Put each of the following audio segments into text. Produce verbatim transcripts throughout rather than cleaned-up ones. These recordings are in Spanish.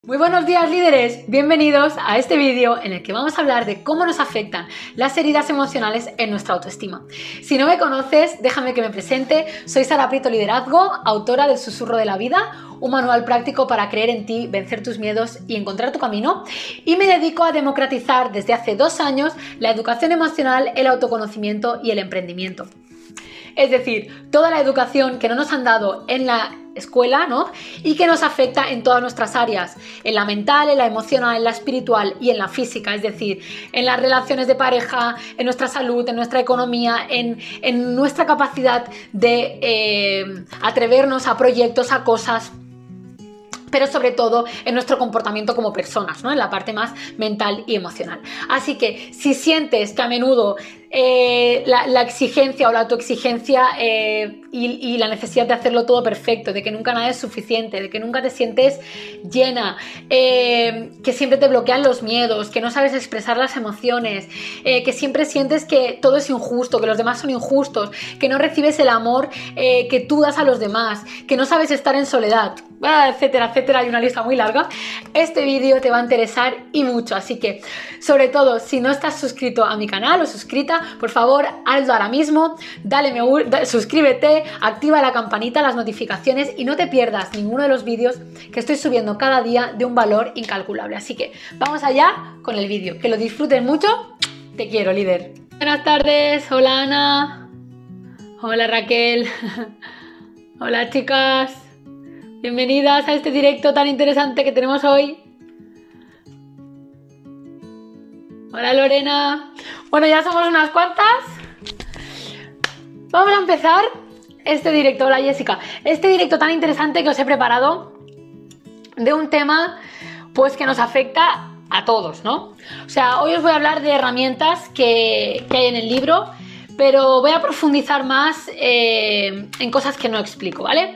Muy buenos días, líderes, bienvenidos a este vídeo en el que vamos a hablar de cómo nos afectan las heridas emocionales en nuestra autoestima. Si no me conoces, déjame que me presente. Soy Sara Prieto Liderazgo, autora del Susurro de la Vida, un manual práctico para creer en ti, vencer tus miedos y encontrar tu camino, y me dedico a democratizar desde hace dos años la educación emocional, el autoconocimiento y el emprendimiento. Es decir, toda la educación que no nos han dado en la escuela, ¿no? Y que nos afecta en todas nuestras áreas, en la mental, en la emocional, en la espiritual y en la física, es decir, en las relaciones de pareja, en nuestra salud, en nuestra economía, en, en nuestra capacidad de eh, atrevernos a proyectos, a cosas, pero sobre todo en nuestro comportamiento como personas, ¿no? En la parte más mental y emocional. Así que si sientes que a menudo eh, la, la exigencia o la autoexigencia eh, y, y la necesidad de hacerlo todo perfecto, de que nunca nada es suficiente, de que nunca te sientes llena, eh, que siempre te bloquean los miedos, que no sabes expresar las emociones, eh, que siempre sientes que todo es injusto, que los demás son injustos, que no recibes el amor eh, que tú das a los demás, que no sabes estar en soledad, etcétera, etcétera, hay una lista muy larga. Este vídeo te va a interesar y mucho, así que sobre todo si no estás suscrito a mi canal o suscrita, por favor hazlo ahora mismo, dale me gusta, suscríbete, activa la campanita, las notificaciones y no te pierdas ninguno de los vídeos que estoy subiendo cada día de un valor incalculable. Así que vamos allá con el vídeo, que lo disfruten mucho. Te quiero, líder. Buenas tardes, hola Ana, hola Raquel, hola chicas. Bienvenidas a este directo tan interesante que tenemos hoy. Hola Lorena. Bueno, ya somos unas cuantas. Vamos a empezar este directo. Hola Jessica. Este directo tan interesante que os he preparado de un tema pues que nos afecta a todos, ¿no? O sea, hoy os voy a hablar de herramientas que, que hay en el libro, pero voy a profundizar más eh, en cosas que no explico, ¿vale?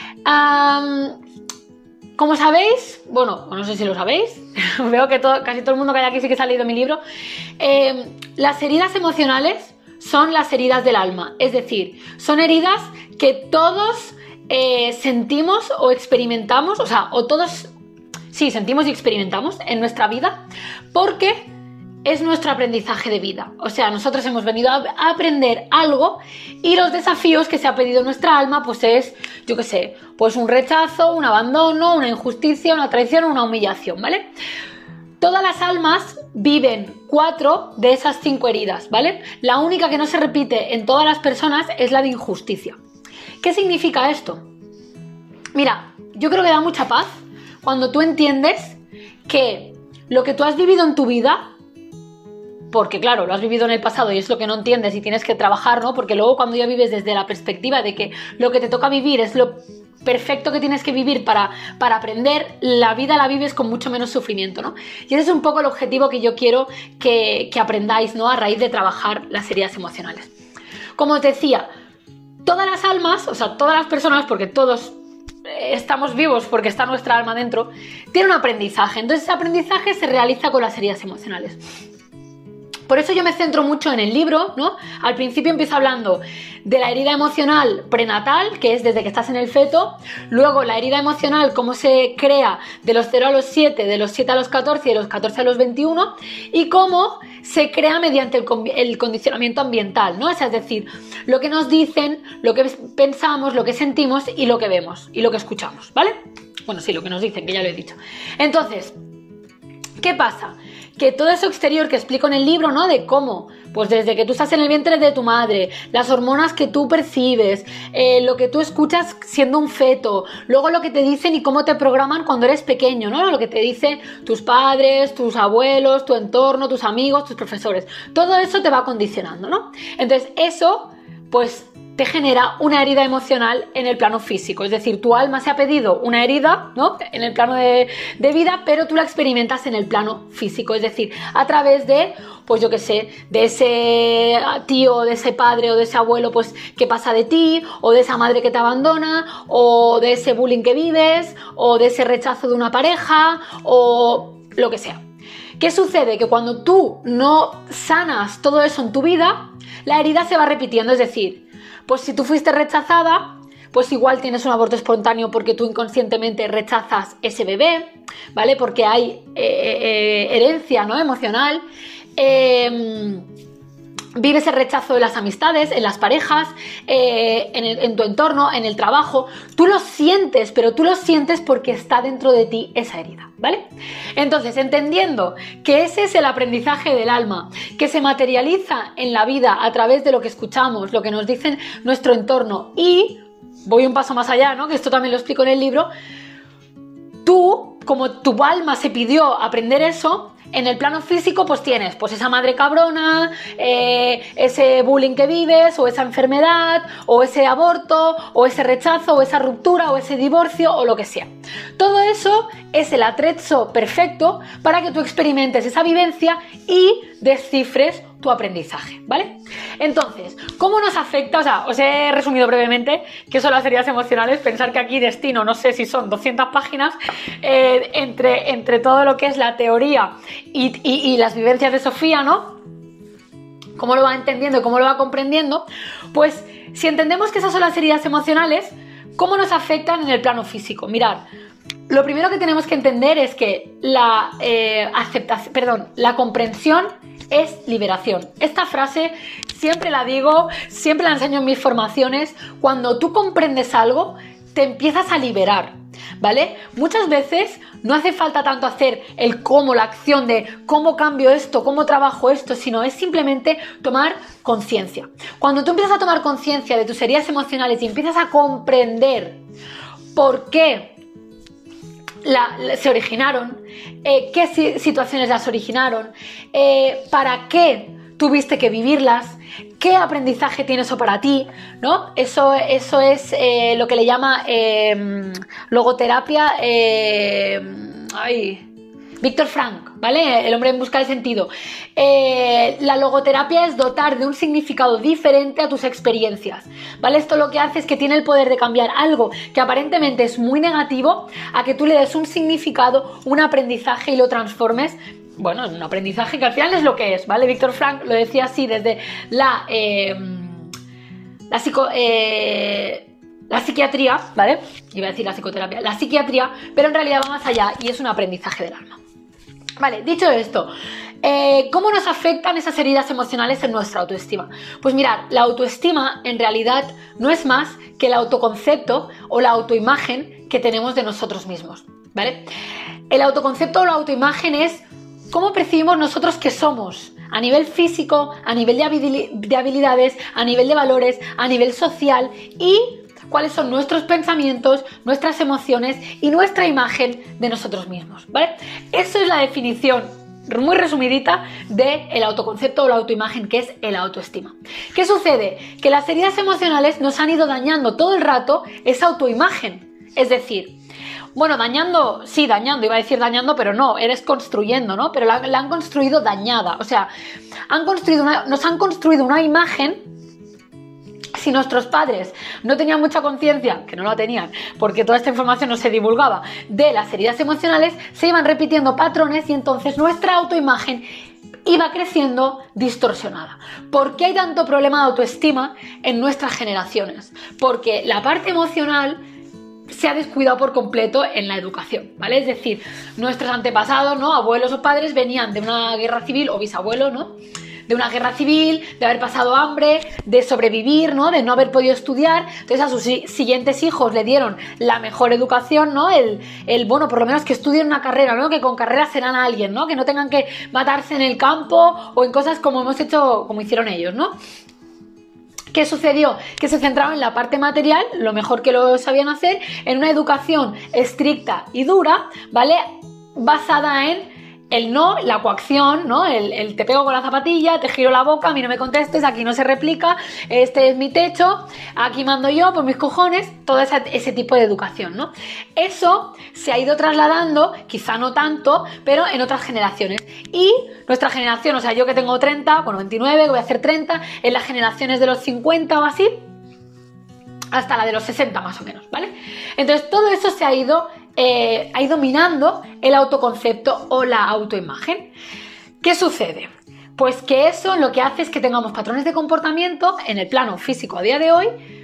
Um, como sabéis, bueno, no sé si lo sabéis, veo que todo, casi todo el mundo que hay aquí sí que se ha leído mi libro. eh, Las heridas emocionales son las heridas del alma, es decir, son heridas que todos eh, sentimos o experimentamos, o sea, o todos, sí, sentimos y experimentamos en nuestra vida, porque es nuestro aprendizaje de vida. O sea, nosotros hemos venido a aprender algo y los desafíos que se ha pedido nuestra alma pues es, yo qué sé, pues un rechazo, un abandono, una injusticia, una traición, una humillación, ¿vale? Todas las almas viven cuatro de esas cinco heridas, ¿vale? La única que no se repite en todas las personas es la de injusticia. ¿Qué significa esto? Mira, yo creo que da mucha paz cuando tú entiendes que lo que tú has vivido en tu vida, porque claro, lo has vivido en el pasado y es lo que no entiendes y tienes que trabajar, ¿no? Porque luego cuando ya vives desde la perspectiva de que lo que te toca vivir es lo perfecto que tienes que vivir para, para aprender, la vida la vives con mucho menos sufrimiento, ¿no? Y ese es un poco el objetivo que yo quiero que, que aprendáis, ¿no? A raíz de trabajar las heridas emocionales. Como os decía, todas las almas, o sea, todas las personas, porque todos estamos vivos porque está nuestra alma dentro, tienen un aprendizaje. Entonces ese aprendizaje se realiza con las heridas emocionales. Por eso yo me centro mucho en el libro, ¿no? Al principio empiezo hablando de la herida emocional prenatal, que es desde que estás en el feto, luego la herida emocional, cómo se crea de los cero a los siete, de los siete a los catorce y de los catorce a los veintiuno, y cómo se crea mediante el, el condicionamiento ambiental, ¿no? O sea, es decir, lo que nos dicen, lo que pensamos, lo que sentimos y lo que vemos y lo que escuchamos, ¿vale? Bueno, sí, lo que nos dicen, que ya lo he dicho. Entonces, ¿qué pasa? Que todo eso exterior que explico en el libro, ¿no? De cómo, pues desde que tú estás en el vientre de tu madre, las hormonas que tú percibes, eh, lo que tú escuchas siendo un feto, luego lo que te dicen y cómo te programan cuando eres pequeño, ¿no? Lo que te dicen tus padres, tus abuelos, tu entorno, tus amigos, tus profesores. Todo eso te va condicionando, ¿no? Entonces eso, pues te genera una herida emocional en el plano físico, es decir, tu alma se ha pedido una herida, ¿no? En el plano de, de vida, pero tú la experimentas en el plano físico, es decir, a través de, pues yo qué sé, de ese tío, de ese padre o de ese abuelo, pues que pasa de ti, o de esa madre que te abandona, o de ese bullying que vives, o de ese rechazo de una pareja, o lo que sea. ¿Qué sucede? Que cuando tú no sanas todo eso en tu vida, la herida se va repitiendo, es decir, pues si tú fuiste rechazada, pues igual tienes un aborto espontáneo porque tú inconscientemente rechazas ese bebé, ¿vale? Porque hay eh, eh, herencia, ¿no? emocional. Eh, Vives el rechazo de las amistades, en las parejas, eh, en, el, en tu entorno, en el trabajo. Tú lo sientes, pero tú lo sientes porque está dentro de ti esa herida, ¿vale? Entonces, entendiendo que ese es el aprendizaje del alma, que se materializa en la vida a través de lo que escuchamos, lo que nos dicen nuestro entorno, y voy un paso más allá, ¿no? Que esto también lo explico en el libro. Tú, como tu alma se pidió aprender eso, en el plano físico pues tienes pues esa madre cabrona, eh, ese bullying que vives, o esa enfermedad, o ese aborto, o ese rechazo, o esa ruptura, o ese divorcio, o lo que sea. Todo eso es el atrezo perfecto para que tú experimentes esa vivencia y descifres tu aprendizaje, ¿vale? Entonces, ¿cómo nos afecta? O sea, os he resumido brevemente qué son las heridas emocionales. Pensar que aquí destino, no sé si son doscientas páginas, eh, entre, entre todo lo que es la teoría y, y, y las vivencias de Sofía, ¿no? Cómo lo va entendiendo, cómo lo va comprendiendo. Pues, si entendemos que esas son las heridas emocionales, ¿cómo nos afectan en el plano físico? Mirad, lo primero que tenemos que entender es que la eh, aceptación, perdón, la comprensión es liberación. Esta frase siempre la digo, siempre la enseño en mis formaciones. Cuando tú comprendes algo, te empiezas a liberar, ¿vale? Muchas veces no hace falta tanto hacer el cómo, la acción de cómo cambio esto, cómo trabajo esto, sino es simplemente tomar conciencia. Cuando tú empiezas a tomar conciencia de tus heridas emocionales y empiezas a comprender por qué La, la, se originaron, eh, qué si, situaciones las originaron, eh, para qué tuviste que vivirlas, qué aprendizaje tiene eso para ti, ¿no? Eso, eso es eh, lo que le llama eh, logoterapia, eh, ay, Víctor Frank, ¿vale? El hombre en busca de sentido. Eh, la logoterapia es dotar de un significado diferente a tus experiencias, ¿vale? Esto lo que hace es que tiene el poder de cambiar algo que aparentemente es muy negativo a que tú le des un significado, un aprendizaje y lo transformes, bueno, en un aprendizaje que al final es lo que es, ¿vale? Víctor Frank lo decía así desde la, eh, la psico... Eh, La psiquiatría, ¿vale? Iba a decir la psicoterapia, la psiquiatría, pero en realidad va más allá y es un aprendizaje del alma. Vale, dicho esto, eh, ¿cómo nos afectan esas heridas emocionales en nuestra autoestima? Pues mirad, la autoestima en realidad no es más que el autoconcepto o la autoimagen que tenemos de nosotros mismos, ¿vale? El autoconcepto o la autoimagen es cómo percibimos nosotros que somos, a nivel físico, a nivel de habilidades, a nivel de valores, a nivel social, y cuáles son nuestros pensamientos, nuestras emociones y nuestra imagen de nosotros mismos, ¿vale? Eso es la definición muy resumidita del autoconcepto o la autoimagen, que es el autoestima. ¿Qué sucede? Que las heridas emocionales nos han ido dañando todo el rato esa autoimagen. Es decir, bueno, dañando, sí, dañando, iba a decir dañando, pero no, eres construyendo, ¿no? Pero la, la han construido dañada, o sea, han construido una, nos han construido una imagen. Si nuestros padres no tenían mucha conciencia, que no la tenían, porque toda esta información no se divulgaba, de las heridas emocionales, se iban repitiendo patrones y entonces nuestra autoimagen iba creciendo distorsionada. ¿Por qué hay tanto problema de autoestima en nuestras generaciones? Porque la parte emocional se ha descuidado por completo en la educación, ¿vale? Es decir, nuestros antepasados, ¿no? Abuelos o padres venían de una guerra civil, o bisabuelos, ¿no? De una guerra civil, de haber pasado hambre, de sobrevivir, ¿no? De no haber podido estudiar. Entonces a sus siguientes hijos le dieron la mejor educación, ¿no? El, el bueno, por lo menos que estudien una carrera, ¿no? Que con carrera serán a alguien, ¿no? Que no tengan que matarse en el campo o en cosas como hemos hecho, como hicieron ellos, ¿no? ¿Qué sucedió? Que se centraron en la parte material, lo mejor que lo sabían hacer, en una educación estricta y dura, ¿vale? Basada en el no, la coacción, ¿no? El, el te pego con la zapatilla, te giro la boca, a mí no me contestes, aquí no se replica, este es mi techo, aquí mando yo por mis cojones, todo ese, ese tipo de educación, ¿no? Eso se ha ido trasladando, quizá no tanto, pero en otras generaciones. Y nuestra generación, o sea, yo que tengo treinta, bueno, veintinueve, que voy a hacer treinta, en las generaciones de los cincuenta o así, hasta la de los sesenta más o menos, ¿vale? Entonces todo eso se ha ido Eh, ha ido minando el autoconcepto o la autoimagen. ¿Qué sucede? Pues que eso lo que hace es que tengamos patrones de comportamiento en el plano físico a día de hoy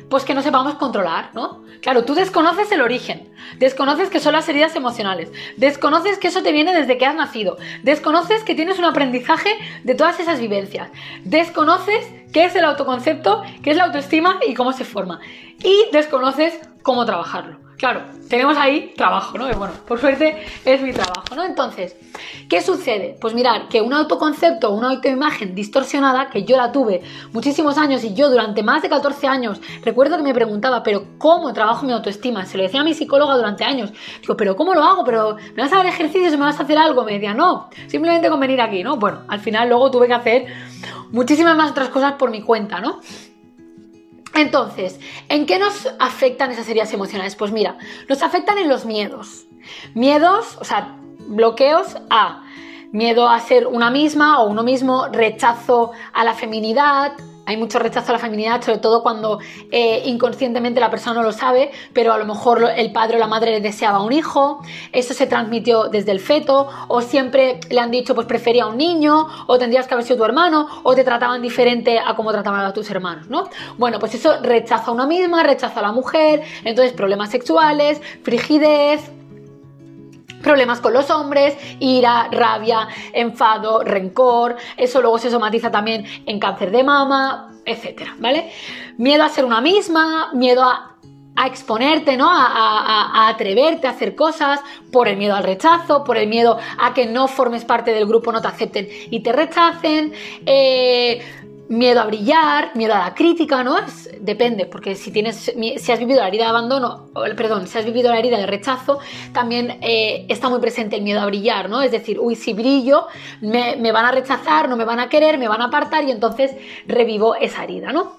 pues que no sepamos controlar, ¿no? Claro, tú desconoces el origen, desconoces que son las heridas emocionales, desconoces que eso te viene desde que has nacido, desconoces que tienes un aprendizaje de todas esas vivencias, desconoces qué es el autoconcepto, qué es la autoestima y cómo se forma, y desconoces cómo trabajarlo. Claro, tenemos ahí trabajo, ¿no? Y bueno, por suerte es mi trabajo, ¿no? Entonces, ¿qué sucede? Pues mirar, que un autoconcepto, una autoimagen distorsionada, que yo la tuve muchísimos años y yo durante más de catorce años, recuerdo que me preguntaba, ¿pero cómo trabajo mi autoestima? Se lo decía a mi psicóloga durante años. Digo, ¿pero cómo lo hago? ¿Pero me vas a dar ejercicios o me vas a hacer algo? Me decía, no, simplemente con venir aquí, ¿no? Bueno, al final luego tuve que hacer muchísimas más otras cosas por mi cuenta, ¿no? Entonces, ¿en qué nos afectan esas heridas emocionales? Pues mira, nos afectan en los miedos. Miedos, o sea, bloqueos a miedo a ser una misma o uno mismo, rechazo a la feminidad. Hay mucho rechazo a la feminidad, sobre todo cuando eh, inconscientemente la persona no lo sabe, pero a lo mejor el padre o la madre le deseaba un hijo, eso se transmitió desde el feto, o siempre le han dicho pues prefería un niño, o tendrías que haber sido tu hermano, o te trataban diferente a como trataban a tus hermanos, ¿no? Bueno, pues eso rechaza a una misma, rechaza a la mujer, entonces problemas sexuales, frigidez, problemas con los hombres, ira, rabia, enfado, rencor, eso luego se somatiza también en cáncer de mama, etcétera, ¿vale? Miedo a ser una misma, miedo a, a exponerte, ¿no? A, a, a atreverte a hacer cosas, por el miedo al rechazo, por el miedo a que no formes parte del grupo, no te acepten y te rechacen, eh... miedo a brillar, miedo a la crítica, ¿no? Es, depende, porque si tienes, si has vivido la herida de abandono, perdón, si has vivido la herida de rechazo, también eh, está muy presente el miedo a brillar, ¿no? Es decir, uy, si brillo, me, me van a rechazar, no me van a querer, me van a apartar y entonces revivo esa herida, ¿no?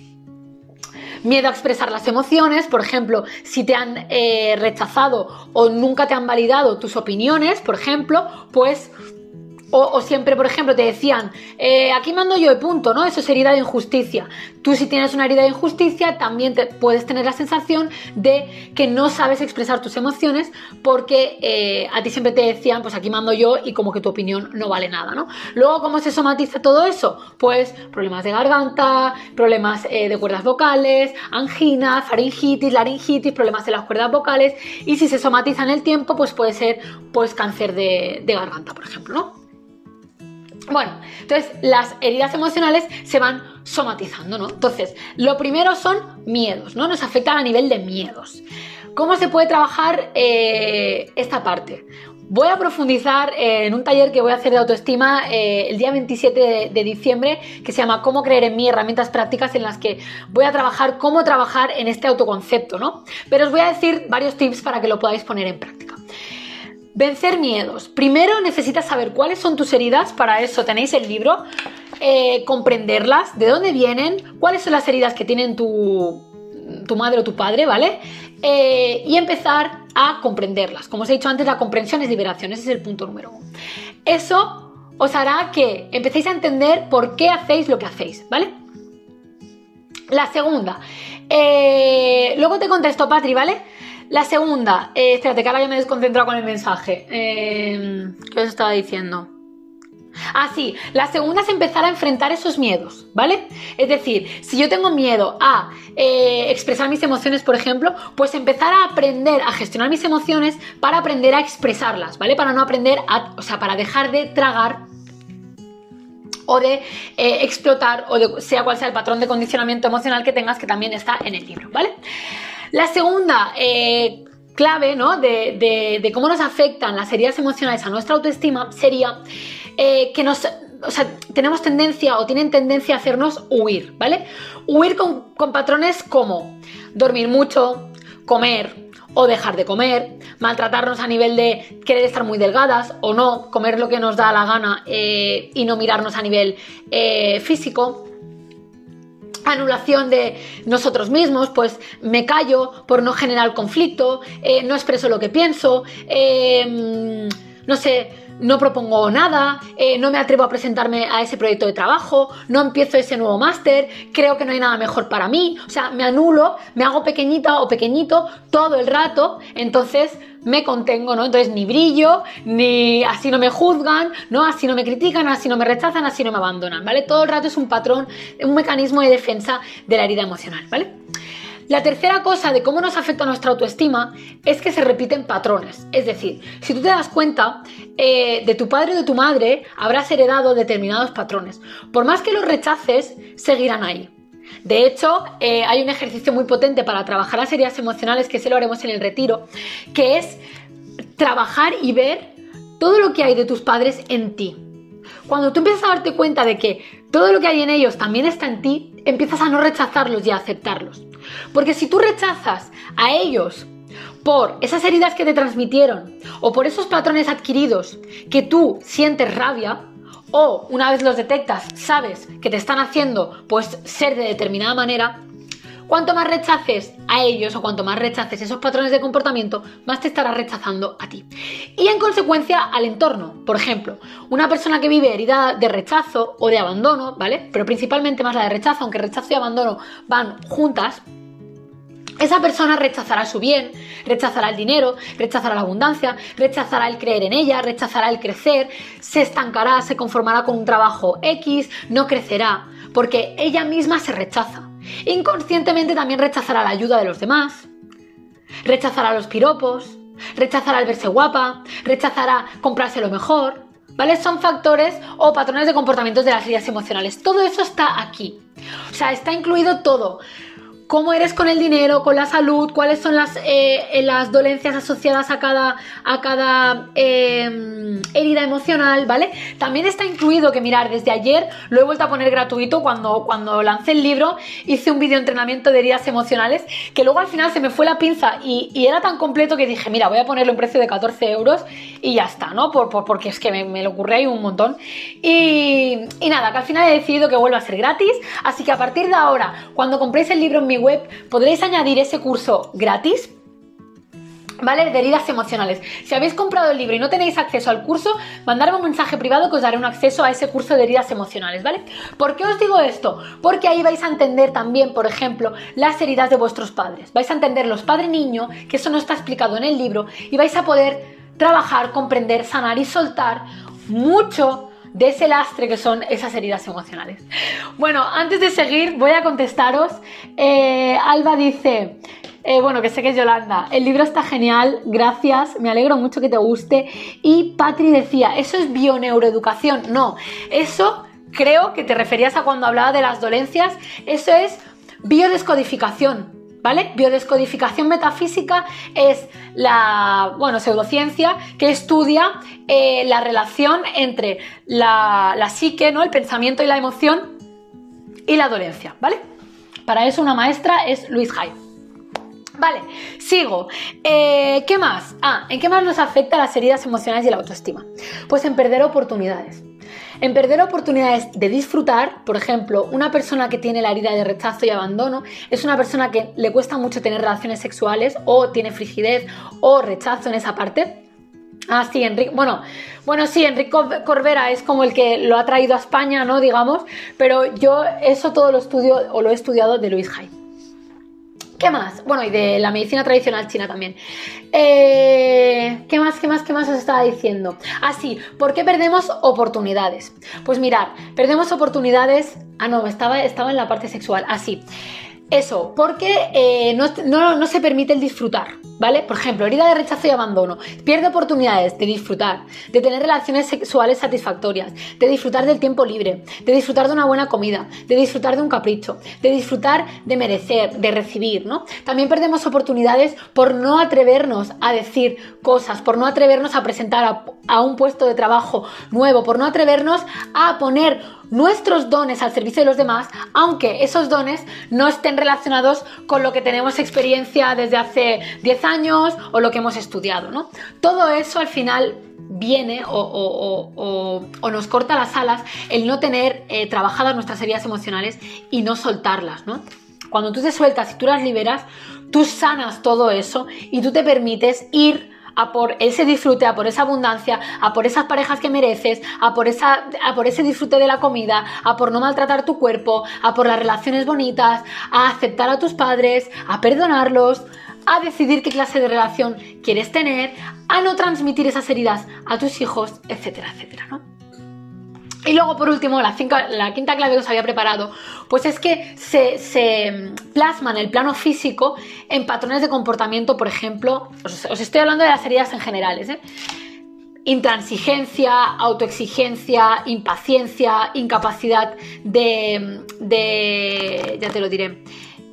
Miedo a expresar las emociones, por ejemplo, si te han eh, rechazado o nunca te han validado tus opiniones, por ejemplo, pues... O, o siempre, por ejemplo, te decían, eh, aquí mando yo y punto, ¿no? Eso es herida de injusticia. Tú si tienes una herida de injusticia también te, puedes tener la sensación de que no sabes expresar tus emociones porque eh, a ti siempre te decían, pues aquí mando yo y como que tu opinión no vale nada, ¿no? Luego, ¿cómo se somatiza todo eso? Pues problemas de garganta, problemas eh, de cuerdas vocales, angina, faringitis, laringitis, problemas de las cuerdas vocales y si se somatiza en el tiempo, pues puede ser pues cáncer de, de garganta, por ejemplo, ¿no? Bueno, entonces las heridas emocionales se van somatizando, ¿no? Entonces, lo primero son miedos, ¿no? Nos afectan a nivel de miedos. ¿Cómo se puede trabajar eh, esta parte? Voy a profundizar eh, en un taller que voy a hacer de autoestima eh, el día veintisiete de, de diciembre que se llama Cómo creer en mí, herramientas prácticas en las que voy a trabajar cómo trabajar en este autoconcepto, ¿no? Pero os voy a decir varios tips para que lo podáis poner en práctica. Vencer miedos. Primero necesitas saber cuáles son tus heridas, para eso tenéis el libro, eh, comprenderlas, de dónde vienen, cuáles son las heridas que tienen tu, tu madre o tu padre, ¿vale? Eh, y empezar a comprenderlas. Como os he dicho antes, la comprensión es liberación, ese es el punto número uno. Eso os hará que empecéis a entender por qué hacéis lo que hacéis, ¿vale? La segunda, eh, luego te contesto, Patri, ¿vale? La segunda, eh, espérate que ahora ya me he desconcentrado con el mensaje. Eh, ¿Qué os estaba diciendo? Ah, sí, la segunda es empezar a enfrentar esos miedos, ¿vale? Es decir, si yo tengo miedo a eh, expresar mis emociones, por ejemplo, pues empezar a aprender a gestionar mis emociones para aprender a expresarlas, ¿vale? Para no aprender a, o sea, para dejar de tragar o de eh, explotar, o de sea cual sea el patrón de condicionamiento emocional que tengas, que también está en el libro, ¿vale? La segunda eh, clave, ¿no? de, de, de cómo nos afectan las heridas emocionales a nuestra autoestima sería eh, que nos, o sea, tenemos tendencia o tienen tendencia a hacernos huir, ¿vale? Huir con, con patrones como dormir mucho, comer o dejar de comer, maltratarnos a nivel de querer estar muy delgadas o no, comer lo que nos da la gana eh, y no mirarnos a nivel eh, físico. Anulación de nosotros mismos, pues me callo por no generar conflicto, eh, no expreso lo que pienso, eh, no sé, no propongo nada, eh, no me atrevo a presentarme a ese proyecto de trabajo, no empiezo ese nuevo máster, creo que no hay nada mejor para mí, o sea, me anulo, me hago pequeñita o pequeñito todo el rato, entonces me contengo, ¿no? Entonces ni brillo, ni así no me juzgan, ¿no? Así no me critican, así no me rechazan, así no me abandonan, ¿vale? Todo el rato es un patrón, un mecanismo de defensa de la herida emocional, ¿vale? La tercera cosa de cómo nos afecta nuestra autoestima es que se repiten patrones. Es decir, si tú te das cuenta, eh, de tu padre o de tu madre habrás heredado determinados patrones. Por más que los rechaces, seguirán ahí. De hecho, eh, hay un ejercicio muy potente para trabajar las heridas emocionales, que se lo haremos en el retiro, que es trabajar y ver todo lo que hay de tus padres en ti. Cuando tú empiezas a darte cuenta de que todo lo que hay en ellos también está en ti, empiezas a no rechazarlos y a aceptarlos. Porque si tú rechazas a ellos por esas heridas que te transmitieron o por esos patrones adquiridos que tú sientes rabia, o una vez los detectas sabes que te están haciendo pues ser de determinada manera, cuanto más rechaces a ellos o cuanto más rechaces esos patrones de comportamiento, más te estarás rechazando a ti. Y en consecuencia al entorno. Por ejemplo, una persona que vive herida de rechazo o de abandono, ¿vale? Pero principalmente más la de rechazo, aunque rechazo y abandono van juntas. Esa persona rechazará su bien, rechazará el dinero, rechazará la abundancia, rechazará el creer en ella, rechazará el crecer, se estancará, se conformará con un trabajo X, no crecerá, porque ella misma se rechaza. Inconscientemente también rechazará la ayuda de los demás, rechazará los piropos, rechazará el verse guapa, rechazará comprarse lo mejor, ¿vale? Son factores o patrones de comportamientos de las heridas emocionales. Todo eso está aquí. O sea, está incluido todo. Cómo eres con el dinero, con la salud, cuáles son las, eh, las dolencias asociadas a cada, a cada eh, herida emocional, ¿vale? También está incluido que, mirar, desde ayer lo he vuelto a poner gratuito. Cuando, cuando lancé el libro hice un video entrenamiento de heridas emocionales que luego al final se me fue la pinza y, y era tan completo que dije, mira, voy a ponerle un precio de catorce euros y ya está, ¿no? Por, por, porque es que me, me lo ocurre ahí un montón. Y, y nada, que al final he decidido que vuelva a ser gratis, así que a partir de ahora, cuando compréis el libro en mi web, podréis añadir ese curso gratis, ¿vale? De heridas emocionales. Si habéis comprado el libro y no tenéis acceso al curso, mandadme un mensaje privado que os daré un acceso a ese curso de heridas emocionales, ¿vale? ¿Por qué os digo esto? Porque ahí vais a entender también, por ejemplo, las heridas de vuestros padres. Vais a entender los padre-niño, que eso no está explicado en el libro, y vais a poder trabajar, comprender, sanar y soltar mucho de ese lastre que son esas heridas emocionales. Bueno, antes de seguir voy a contestaros. eh, Alba dice, eh, bueno, que sé que es Yolanda, el libro está genial, gracias, me alegro mucho que te guste. Y Patri decía, ¿eso es bioneuroeducación? No, eso creo que te referías a cuando hablaba de las dolencias. Eso es biodescodificación, ¿vale? Biodescodificación metafísica es la, bueno, pseudociencia que estudia eh, la relación entre la, la psique, ¿no? El pensamiento y la emoción y la dolencia, ¿vale? Para eso una maestra es Louise Hay. Vale, sigo. Eh, ¿Qué más? Ah, ¿en qué más nos afecta las heridas emocionales y la autoestima? Pues en perder oportunidades. En perder oportunidades de disfrutar. Por ejemplo, una persona que tiene la herida de rechazo y abandono es una persona que le cuesta mucho tener relaciones sexuales o tiene frigidez o rechazo en esa parte. Ah, sí, Enrique, bueno, bueno, sí, Enrique Corbera es como el que lo ha traído a España, ¿no? Digamos, pero yo eso todo lo estudio o lo he estudiado de Louise Hay. ¿Qué más? Bueno, y de la medicina tradicional china también. Eh, ¿Qué más, qué más, qué más os estaba diciendo? Ah, sí, ¿por qué perdemos oportunidades? Pues mirad, perdemos oportunidades... Ah, no, estaba, estaba en la parte sexual. Ah, sí. Eso, porque eh, no, no, no se permite el disfrutar, ¿vale? Por ejemplo, herida de rechazo y abandono. Pierde oportunidades de disfrutar, de tener relaciones sexuales satisfactorias, de disfrutar del tiempo libre, de disfrutar de una buena comida, de disfrutar de un capricho, de disfrutar de merecer, de recibir, ¿no? También perdemos oportunidades por no atrevernos a decir cosas, por no atrevernos a presentar a, a un puesto de trabajo nuevo, por no atrevernos a poner nuestros dones al servicio de los demás, aunque esos dones no estén relacionados con lo que tenemos experiencia desde hace diez años o lo que hemos estudiado, ¿no? Todo eso al final viene o, o, o, o, o nos corta las alas el no tener eh, trabajadas nuestras heridas emocionales y no soltarlas, ¿no? Cuando tú te sueltas y tú las liberas, tú sanas todo eso y tú te permites ir a por ese disfrute, a por esa abundancia, a por esas parejas que mereces, a por, esa, a por ese disfrute de la comida, a por no maltratar tu cuerpo, a por las relaciones bonitas, a aceptar a tus padres, a perdonarlos, a decidir qué clase de relación quieres tener, a no transmitir esas heridas a tus hijos, etcétera, etcétera, ¿no? Y luego, por último, la, cinca, la quinta clave que os había preparado, pues es que se, se plasma en el plano físico en patrones de comportamiento, por ejemplo, os, os estoy hablando de las heridas en generales, ¿eh? Intransigencia, autoexigencia, impaciencia, incapacidad de, de ya te lo diré,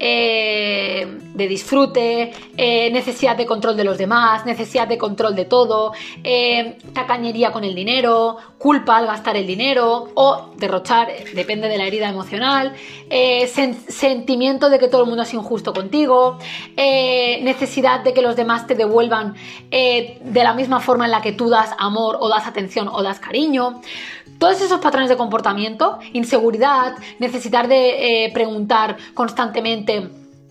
eh, de disfrute, eh, necesidad de control de los demás, necesidad de control de todo, eh, tacañería con el dinero, culpa al gastar el dinero o derrochar, depende de la herida emocional, eh, sen- sentimiento de que todo el mundo es injusto contigo, eh, necesidad de que los demás te devuelvan eh, de la misma forma en la que tú das amor o das atención o das cariño. Todos esos patrones de comportamiento, inseguridad, necesitar de eh, preguntar constantemente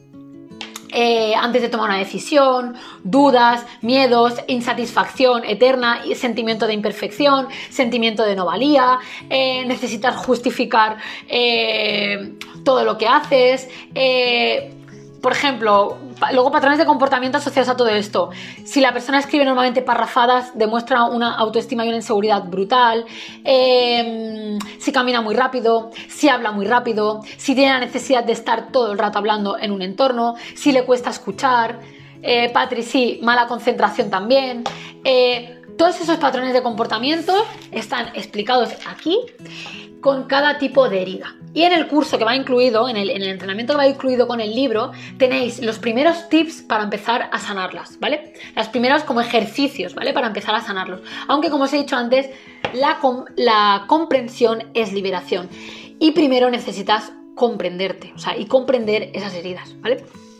eh, antes de tomar una decisión, dudas, miedos, insatisfacción eterna, sentimiento de imperfección, sentimiento de no valía, eh, necesitar justificar eh, todo lo que haces, eh, por ejemplo, luego patrones de comportamiento asociados a todo esto. Si la persona escribe normalmente parrafadas, demuestra una autoestima y una inseguridad brutal. Eh, si camina muy rápido, si habla muy rápido, si tiene la necesidad de estar todo el rato hablando en un entorno, si le cuesta escuchar. Eh, Patri, sí, mala concentración también. Eh, todos esos patrones de comportamiento están explicados aquí con cada tipo de herida. Y en el curso que va incluido, en el, en el entrenamiento que va incluido con el libro, tenéis los primeros tips para empezar a sanarlas, ¿vale? Los primeros como ejercicios, ¿vale? Para empezar a sanarlos. Aunque, como os he dicho antes, la, la comprensión es liberación. Y primero necesitas comprenderte, o sea, y comprender esas heridas, ¿vale?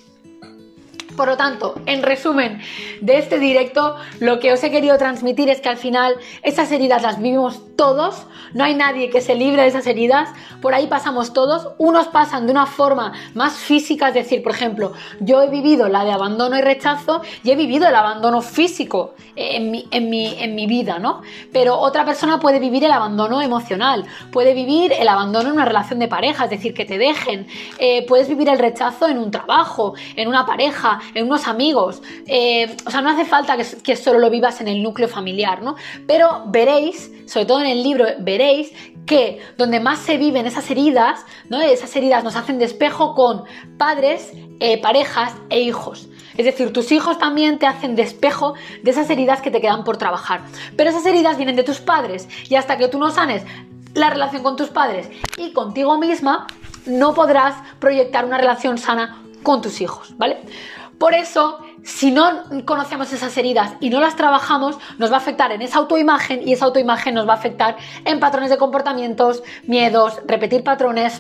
Por lo tanto, en resumen de este directo, lo que os he querido transmitir es que al final esas heridas las vivimos todos, no hay nadie que se libre de esas heridas, por ahí pasamos todos, unos pasan de una forma más física, es decir, por ejemplo, yo he vivido la de abandono y rechazo y he vivido el abandono físico en mi, en mi, en mi vida, ¿no? Pero otra persona puede vivir el abandono emocional, puede vivir el abandono en una relación de pareja, es decir, que te dejen, eh, puedes vivir el rechazo en un trabajo, en una pareja, en unos amigos, eh, o sea, no hace falta que, que solo lo vivas en el núcleo familiar, ¿no? Pero veréis, sobre todo en el libro, veréis que donde más se viven esas heridas, ¿no? Esas heridas nos hacen de espejo con padres, eh, parejas e hijos. Es decir, tus hijos también te hacen de espejo de esas heridas que te quedan por trabajar. Pero esas heridas vienen de tus padres y hasta que tú no sanes la relación con tus padres y contigo misma, no podrás proyectar una relación sana con tus hijos, ¿vale? Por eso, si no conocemos esas heridas y no las trabajamos, nos va a afectar en esa autoimagen y esa autoimagen nos va a afectar en patrones de comportamientos, miedos, repetir patrones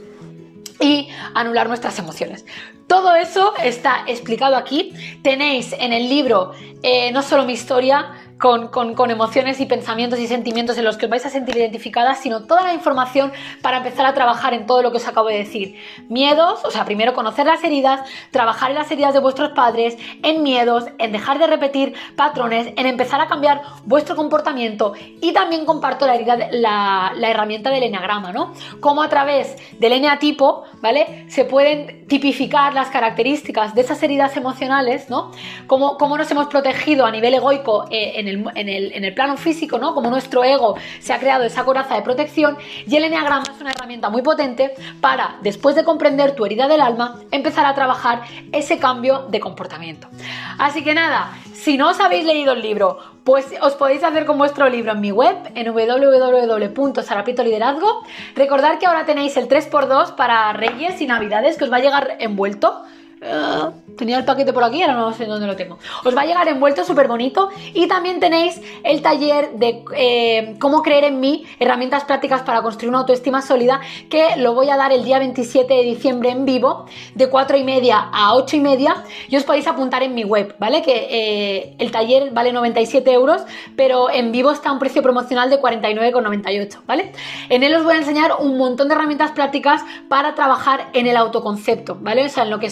y anular nuestras emociones. Todo eso está explicado aquí. Tenéis en el libro eh, no solo mi historia con, con, con emociones y pensamientos y sentimientos en los que os vais a sentir identificadas, sino toda la información para empezar a trabajar en todo lo que os acabo de decir. Miedos, o sea, primero conocer las heridas, trabajar en las heridas de vuestros padres, en miedos, en dejar de repetir patrones, en empezar a cambiar vuestro comportamiento, y también comparto la, herida, la, la herramienta del eneagrama, ¿no? Cómo a través del eneatipo, ¿vale? Se pueden tipificar las características de esas heridas emocionales, ¿no? Cómo, cómo nos hemos protegido a nivel egoico eh, en, el, en, el, en el plano físico, ¿no? Cómo nuestro ego se ha creado esa coraza de protección, y el eneagrama es una herramienta muy potente para, después de comprender tu herida del alma, empezar a trabajar ese cambio de comportamiento. Así que nada, si no os habéis leído el libro, pues os podéis hacer con vuestro libro en mi web, en w w w punto sara prieto liderazgo. Recordad que ahora tenéis el tres por dos para Reyes y Navidades, que os va a llegar envuelto. Uh, tenía el paquete por aquí, ahora no sé dónde lo tengo. Os va a llegar envuelto súper bonito. Y también tenéis el taller de eh, cómo creer en mí, herramientas prácticas para construir una autoestima sólida, que lo voy a dar el día veintisiete de diciembre en vivo, de cuatro y media a ocho y media, y os podéis apuntar en mi web, ¿vale? Que eh, el taller vale noventa y siete euros, pero en vivo está a un precio promocional de cuarenta y nueve con noventa y ocho, ¿vale? En él os voy a enseñar un montón de herramientas prácticas para trabajar en el autoconcepto, ¿vale? O sea, en lo que os he dicho.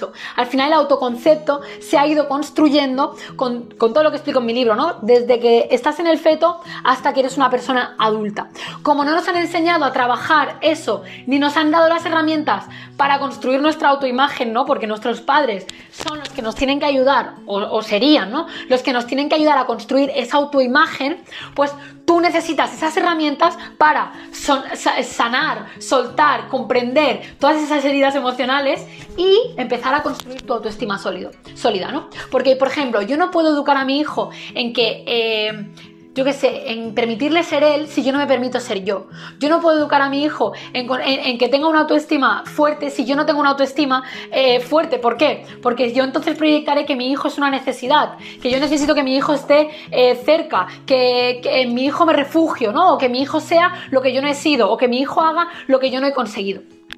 dicho. Al final el autoconcepto se ha ido construyendo con, con todo lo que explico en mi libro, ¿no? Desde que estás en el feto hasta que eres una persona adulta. Como no nos han enseñado a trabajar eso, ni nos han dado las herramientas para construir nuestra autoimagen, ¿no? Porque nuestros padres son los que nos tienen que ayudar, o, o serían, ¿no? Los que nos tienen que ayudar a construir esa autoimagen, pues tú necesitas esas herramientas para son, sanar, soltar, comprender todas esas heridas emocionales y empezar a construir tu autoestima sólido, sólida, ¿no? Porque, por ejemplo, yo no puedo educar a mi hijo en que... Eh, yo qué sé, en permitirle ser él si yo no me permito ser yo. Yo no puedo educar a mi hijo en, en, en que tenga una autoestima fuerte si yo no tengo una autoestima eh, fuerte. ¿Por qué? Porque yo entonces proyectaré que mi hijo es una necesidad, que yo necesito que mi hijo esté eh, cerca, que, que mi hijo me refugio, ¿no? O que mi hijo sea lo que yo no he sido, o que mi hijo haga lo que yo no he conseguido.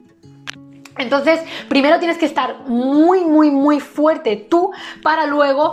Entonces, primero tienes que estar muy, muy, muy fuerte tú para luego,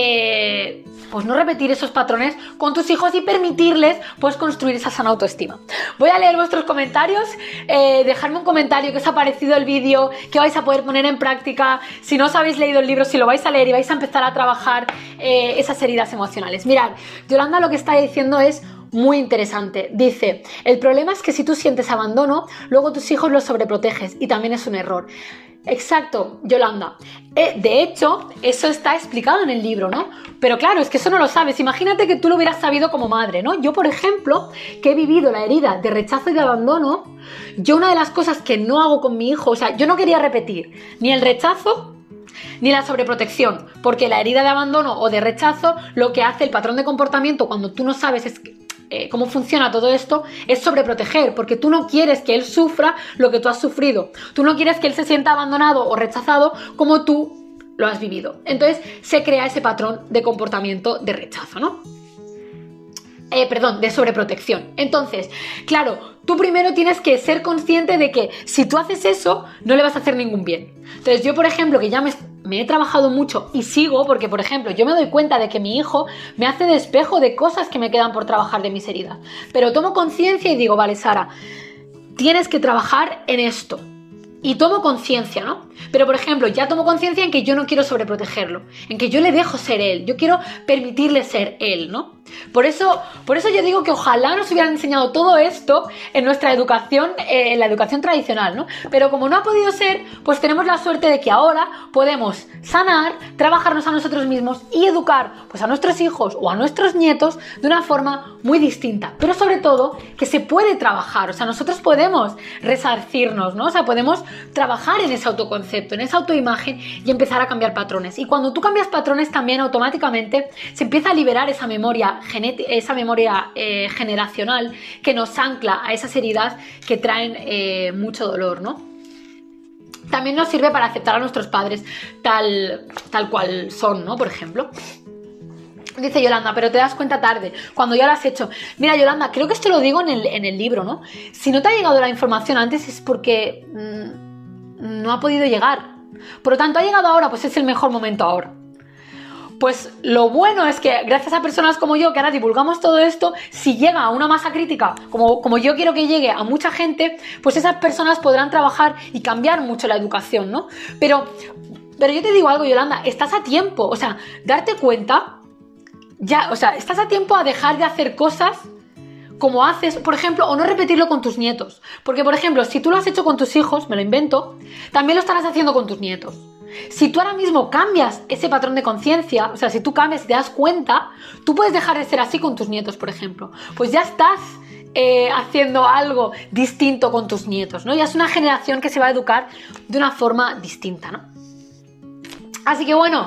eh, pues no repetir esos patrones con tus hijos y permitirles, pues, construir esa sana autoestima. Voy a leer vuestros comentarios, eh, dejadme un comentario qué os ha parecido el vídeo, qué vais a poder poner en práctica, si no os habéis leído el libro, si lo vais a leer y vais a empezar a trabajar eh, esas heridas emocionales. Mirad, Yolanda lo que está diciendo es... muy interesante. Dice, el problema es que si tú sientes abandono, luego tus hijos los sobreproteges y también es un error. Exacto, Yolanda. Eh, de hecho, eso está explicado en el libro, ¿no? Pero claro, es que eso no lo sabes. Imagínate que tú lo hubieras sabido como madre, ¿no? Yo, por ejemplo, que he vivido la herida de rechazo y de abandono, yo una de las cosas que no hago con mi hijo, o sea, yo no quería repetir ni el rechazo ni la sobreprotección, porque la herida de abandono o de rechazo, lo que hace el patrón de comportamiento cuando tú no sabes es que Eh, cómo funciona todo esto, es sobreproteger, porque tú no quieres que él sufra lo que tú has sufrido. Tú no quieres que él se sienta abandonado o rechazado como tú lo has vivido. Entonces se crea ese patrón de comportamiento de rechazo, ¿no? Eh, perdón, de sobreprotección. Entonces, claro, tú primero tienes que ser consciente de que si tú haces eso, no le vas a hacer ningún bien. Entonces yo, por ejemplo, que ya me, me he trabajado mucho y sigo, porque, por ejemplo, yo me doy cuenta de que mi hijo me hace de espejo de cosas que me quedan por trabajar de mis heridas. Pero tomo conciencia y digo, vale, Sara, tienes que trabajar en esto. Y tomo conciencia, ¿no? Pero, por ejemplo, ya tomo conciencia en que yo no quiero sobreprotegerlo, en que yo le dejo ser él, yo quiero permitirle ser él, ¿no? Por eso, por eso yo digo que ojalá nos hubieran enseñado todo esto en nuestra educación, eh, en la educación tradicional, ¿no? Pero como no ha podido ser, pues tenemos la suerte de que ahora podemos sanar, trabajarnos a nosotros mismos y educar, pues, a nuestros hijos o a nuestros nietos de una forma muy distinta. Pero sobre todo, que se puede trabajar, o sea, nosotros podemos resarcirnos, ¿no? O sea, podemos trabajar en ese autoconcepto, en esa autoimagen y empezar a cambiar patrones. Y cuando tú cambias patrones también automáticamente se empieza a liberar esa memoria esa memoria eh, generacional que nos ancla a esas heridas que traen eh, mucho dolor, ¿no? También nos sirve para aceptar a nuestros padres tal, tal cual son, ¿no? Por ejemplo. Dice Yolanda, pero te das cuenta tarde, cuando ya lo has hecho. Mira, Yolanda, creo que esto lo digo en el, en el libro, ¿no? Si no te ha llegado la información antes es porque mmm, no ha podido llegar. Por lo tanto, ha llegado ahora, pues es el mejor momento ahora. Pues lo bueno es que gracias a personas como yo, que ahora divulgamos todo esto, si llega a una masa crítica, como, como yo quiero que llegue a mucha gente, pues esas personas podrán trabajar y cambiar mucho la educación, ¿no? Pero, pero yo te digo algo, Yolanda, estás a tiempo, o sea, darte cuenta, ya, o sea, estás a tiempo a dejar de hacer cosas como haces, por ejemplo, o no repetirlo con tus nietos. Porque, por ejemplo, si tú lo has hecho con tus hijos, me lo invento, también lo estarás haciendo con tus nietos. Si tú ahora mismo cambias ese patrón de conciencia, o sea, si tú cambias y te das cuenta, tú puedes dejar de ser así con tus nietos, por ejemplo. Pues ya estás eh, haciendo algo distinto con tus nietos, ¿no? Ya es una generación que se va a educar de una forma distinta, ¿no? Así que bueno,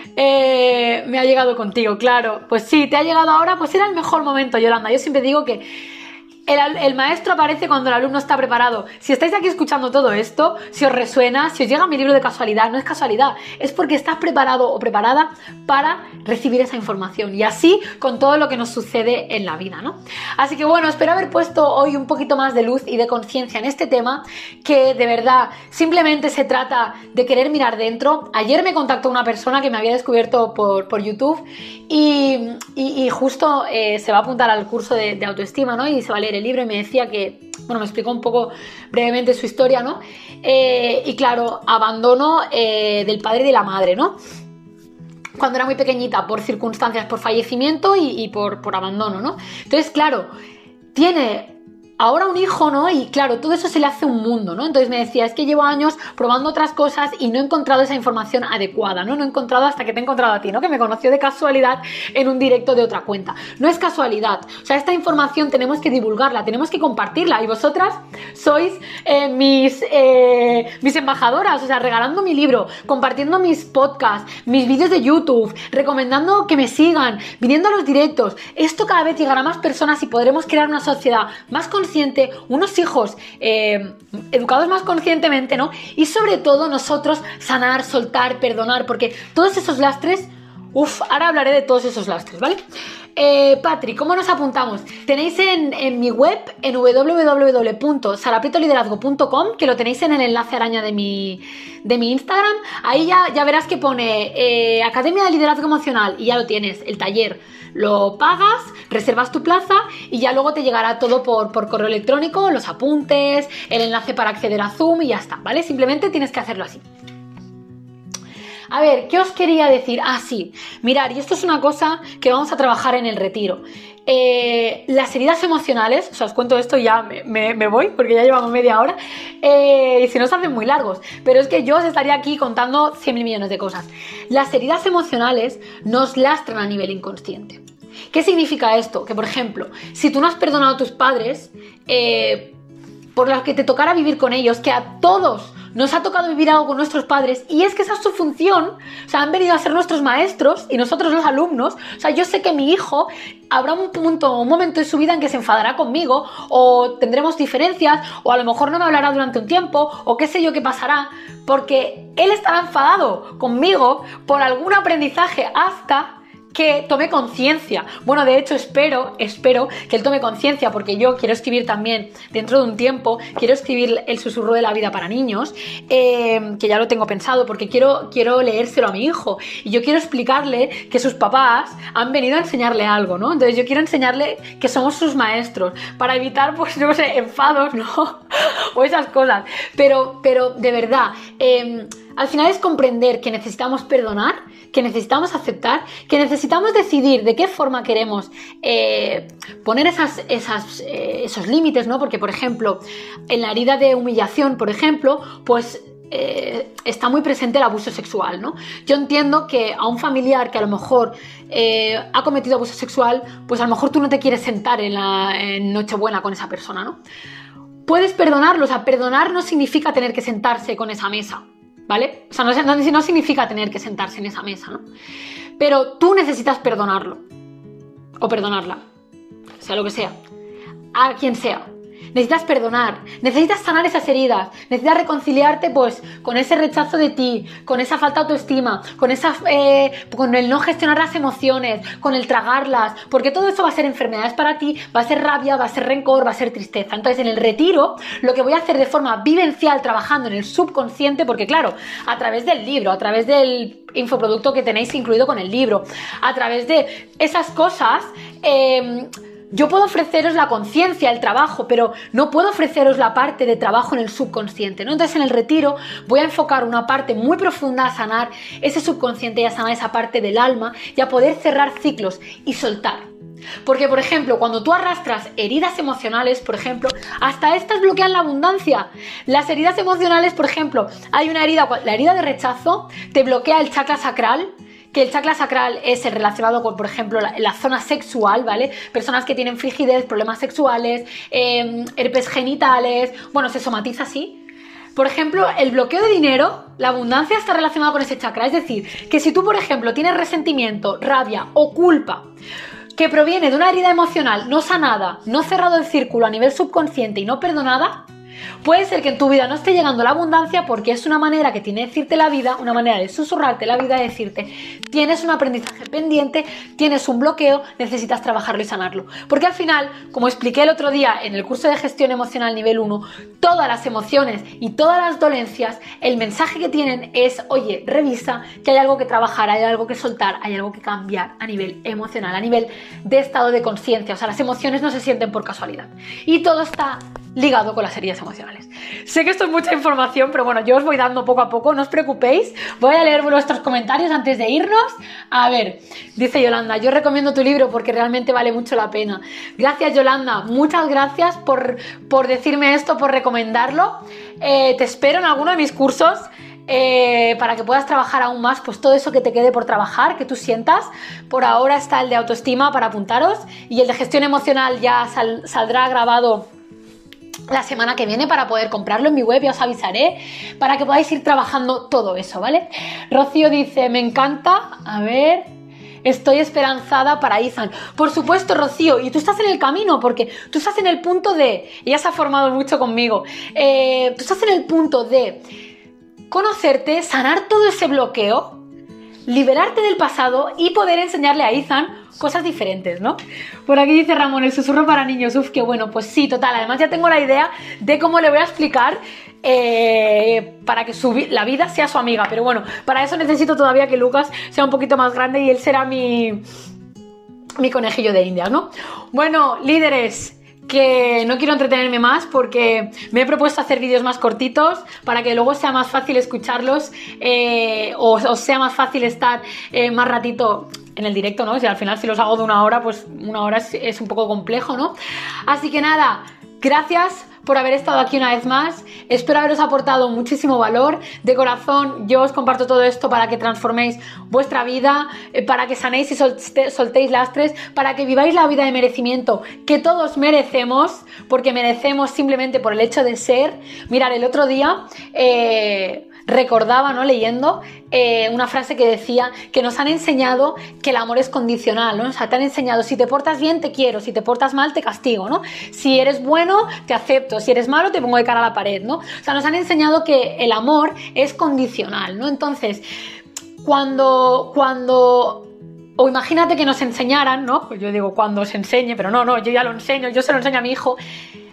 eh, me ha llegado contigo, claro. Pues sí, te ha llegado ahora, pues era el mejor momento, Yolanda. Yo siempre digo que El, el maestro aparece cuando el alumno está preparado. Si estáis aquí escuchando todo esto, si os resuena, si os llega mi libro de casualidad, no es casualidad, es porque estás preparado o preparada para recibir esa información y así con todo lo que nos sucede en la vida, ¿no? Así que bueno, espero haber puesto hoy un poquito más de luz y de conciencia en este tema, que de verdad simplemente se trata de querer mirar dentro. Ayer me contactó una persona que me había descubierto por, por YouTube y, y, y justo eh, se va a apuntar al curso de, de autoestima, ¿no? Y se va a leer leer el libro y me decía que, bueno, me explicó un poco brevemente su historia, ¿no? Eh, y claro, abandono eh, del padre y de la madre, ¿no? Cuando era muy pequeñita, por circunstancias, por fallecimiento y, y por, por abandono, ¿no? Entonces, claro, tiene ahora un hijo, ¿no? Y claro, todo eso se le hace un mundo, ¿no? Entonces me decía, es que llevo años probando otras cosas y no he encontrado esa información adecuada, ¿no? No he encontrado hasta que te he encontrado a ti, ¿no? Que me conoció de casualidad en un directo de otra cuenta. No es casualidad. O sea, esta información tenemos que divulgarla, tenemos que compartirla y vosotras sois eh, mis, eh, mis embajadoras, o sea, regalando mi libro, compartiendo mis podcasts, mis vídeos de YouTube, recomendando que me sigan, viniendo a los directos. Esto cada vez llegará a más personas y podremos crear una sociedad más consciente, unos hijos eh, educados más conscientemente, ¿no? Y sobre todo nosotros sanar, soltar, perdonar, porque todos esos lastres, uff, ahora hablaré de todos esos lastres, ¿vale? Eh, Patri, ¿cómo nos apuntamos? Tenéis en, en mi web, en w w w punto sara prieto liderazgo punto com, que lo tenéis en el enlace araña de mi, de mi Instagram. Ahí ya, ya verás que pone eh, Academia de Liderazgo Emocional y ya lo tienes, el taller. Lo pagas, reservas tu plaza y ya luego te llegará todo por, por correo electrónico, los apuntes, el enlace para acceder a Zoom y ya está, ¿vale? Simplemente tienes que hacerlo así. A ver, ¿qué os quería decir? Ah, sí, mirad, y esto es una cosa que vamos a trabajar en el retiro. Eh, las heridas emocionales, o sea, os cuento esto y ya me, me, me voy porque ya llevamos media hora eh, y si no se hacen muy largos, pero es que yo os estaría aquí contando cien mil millones de cosas. Las heridas emocionales nos lastran a nivel inconsciente. ¿Qué significa esto? Que, por ejemplo, si tú no has perdonado a tus padres eh, por lo que te tocara vivir con ellos, que a todos nos ha tocado vivir algo con nuestros padres y es que esa es su función, o sea, han venido a ser nuestros maestros y nosotros los alumnos. O sea, yo sé que mi hijo habrá un punto, un momento en su vida en que se enfadará conmigo o tendremos diferencias o a lo mejor no me hablará durante un tiempo o qué sé yo qué pasará, porque él estará enfadado conmigo por algún aprendizaje hasta que tome conciencia. Bueno, de hecho espero, espero que él tome conciencia, porque yo quiero escribir también dentro de un tiempo, quiero escribir El susurro de la vida para niños, eh, que ya lo tengo pensado, porque quiero, quiero leérselo a mi hijo y yo quiero explicarle que sus papás han venido a enseñarle algo, ¿no? Entonces yo quiero enseñarle que somos sus maestros, para evitar, pues, no sé, enfados, ¿no? O esas cosas. Pero, pero de verdad, eh, al final es comprender que necesitamos perdonar, que necesitamos aceptar, que necesitamos decidir de qué forma queremos eh, poner esas, esas, eh, esos límites, ¿no? Porque, por ejemplo, en la herida de humillación, por ejemplo, pues eh, está muy presente el abuso sexual, ¿no? Yo entiendo que a un familiar que a lo mejor eh, ha cometido abuso sexual, pues a lo mejor tú no te quieres sentar en, la, en Nochebuena con esa persona, ¿no? Puedes perdonarlo, o sea, perdonar no significa tener que sentarse con esa mesa, ¿vale? O sea, no, no, no significa tener que sentarse en esa mesa, ¿no? Pero tú necesitas perdonarlo o perdonarla, sea lo que sea, a quien sea. Necesitas perdonar, necesitas sanar esas heridas, necesitas reconciliarte pues con ese rechazo de ti, con esa falta de autoestima, con, esa, eh, con el no gestionar las emociones, con el tragarlas, porque todo eso va a ser enfermedades para ti, va a ser rabia, va a ser rencor, va a ser tristeza. Entonces en el retiro lo que voy a hacer de forma vivencial, trabajando en el subconsciente, porque claro, a través del libro, a través del infoproducto que tenéis incluido con el libro, a través de esas cosas, eh, yo puedo ofreceros la conciencia, el trabajo, pero no puedo ofreceros la parte de trabajo en el subconsciente, ¿no? Entonces en el retiro voy a enfocar una parte muy profunda a sanar ese subconsciente y a sanar esa parte del alma y a poder cerrar ciclos y soltar. Porque, por ejemplo, cuando tú arrastras heridas emocionales, por ejemplo, hasta estas bloquean la abundancia. Las heridas emocionales, por ejemplo, hay una herida, la herida de rechazo te bloquea el chakra sacral, que el chakra sacral es el relacionado con, por ejemplo, la, la zona sexual, ¿vale? Personas que tienen frigidez, problemas sexuales, eh, herpes genitales, bueno, se somatiza así. Por ejemplo, el bloqueo de dinero, la abundancia está relacionada con ese chakra. Es decir, que si tú, por ejemplo, tienes resentimiento, rabia o culpa que proviene de una herida emocional no sanada, no cerrado el círculo a nivel subconsciente y no perdonada, Puede ser que en tu vida no esté llegando la abundancia porque es una manera que tiene de decirte la vida, una manera de susurrarte la vida, de decirte, tienes un aprendizaje pendiente, tienes un bloqueo, necesitas trabajarlo y sanarlo. Porque al final, como expliqué el otro día en el curso de gestión emocional nivel uno, todas las emociones y todas las dolencias, el mensaje que tienen es, oye, revisa que hay algo que trabajar, hay algo que soltar, hay algo que cambiar a nivel emocional, a nivel de estado de conciencia. O sea, las emociones no se sienten por casualidad. Y todo está ligado con las heridas emocionales. Sé que esto es mucha información, pero bueno, yo os voy dando poco a poco, no os preocupéis. Voy a leer vuestros comentarios antes de irnos. A ver, dice Yolanda, yo recomiendo tu libro porque realmente vale mucho la pena. Gracias, Yolanda, muchas gracias por, por decirme esto, por recomendarlo. Eh, te espero en alguno de mis cursos. Eh, para que puedas trabajar aún más, pues todo eso que te quede por trabajar, que tú sientas. Por ahora está el de autoestima para apuntaros y el de gestión emocional ya sal, saldrá grabado la semana que viene para poder comprarlo en mi web, ya os avisaré, para que podáis ir trabajando todo eso, ¿vale? Rocío dice, me encanta, a ver, estoy esperanzada para Ethan. Por supuesto, Rocío, y tú estás en el camino, porque tú estás en el punto de, ella se ha formado mucho conmigo, eh, tú estás en el punto de conocerte, sanar todo ese bloqueo, liberarte del pasado y poder enseñarle a Ethan cosas diferentes, ¿no? Por aquí dice Ramón, el susurro para niños, uf, qué bueno, pues sí, total, además ya tengo la idea de cómo le voy a explicar eh, para que su vi- la vida sea su amiga, pero bueno, para eso necesito todavía que Lucas sea un poquito más grande y él será mi, mi conejillo de Indias, ¿no? Bueno, líderes, que no quiero entretenerme más porque me he propuesto hacer vídeos más cortitos para que luego sea más fácil escucharlos eh, o, o sea más fácil estar eh, más ratito en el directo, ¿no? Si al final si los hago de una hora, pues una hora es, es un poco complejo, ¿no? Así que nada, gracias por haber estado aquí una vez más. Espero haberos aportado muchísimo valor. De corazón, yo os comparto todo esto para que transforméis vuestra vida, eh, para que sanéis y solte- soltéis lastres, para que viváis la vida de merecimiento que todos merecemos, porque merecemos simplemente por el hecho de ser. Mirad, el otro día eh, recordaba, ¿no? Leyendo eh, una frase que decía que nos han enseñado que el amor es condicional, ¿no? O sea, te han enseñado, si te portas bien te quiero, si te portas mal te castigo, ¿no? Si eres bueno te acepto, si eres malo te pongo de cara a la pared, ¿no? O sea, nos han enseñado que el amor es condicional, ¿no? Entonces, cuando, cuando o imagínate que nos enseñaran, ¿no? Pues yo digo cuando os enseñe, pero no, no, yo ya lo enseño, yo se lo enseño a mi hijo.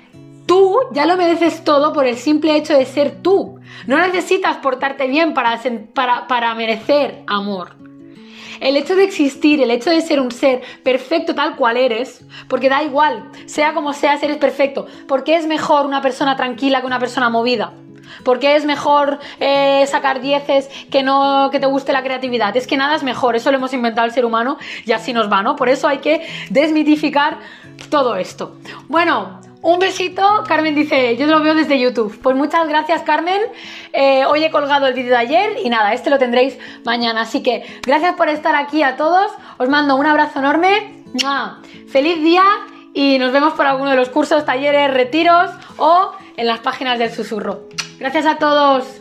Tú ya lo mereces todo por el simple hecho de ser tú. No necesitas portarte bien para, para, para merecer amor. El hecho de existir, el hecho de ser un ser perfecto tal cual eres, porque da igual, sea como seas, eres perfecto. ¿Por qué es mejor una persona tranquila que una persona movida? ¿Por qué es mejor eh, sacar dieces que no que te guste la creatividad? Es que nada es mejor, eso lo hemos inventado el ser humano y así nos va, ¿no? Por eso hay que desmitificar todo esto. Bueno, un besito. Carmen dice, yo lo veo desde YouTube. Pues muchas gracias, Carmen. Eh, hoy he colgado el vídeo de ayer y nada, este lo tendréis mañana. Así que gracias por estar aquí a todos. Os mando un abrazo enorme. ¡Mua! Feliz día y nos vemos por alguno de los cursos, talleres, retiros o en las páginas del susurro. Gracias a todos.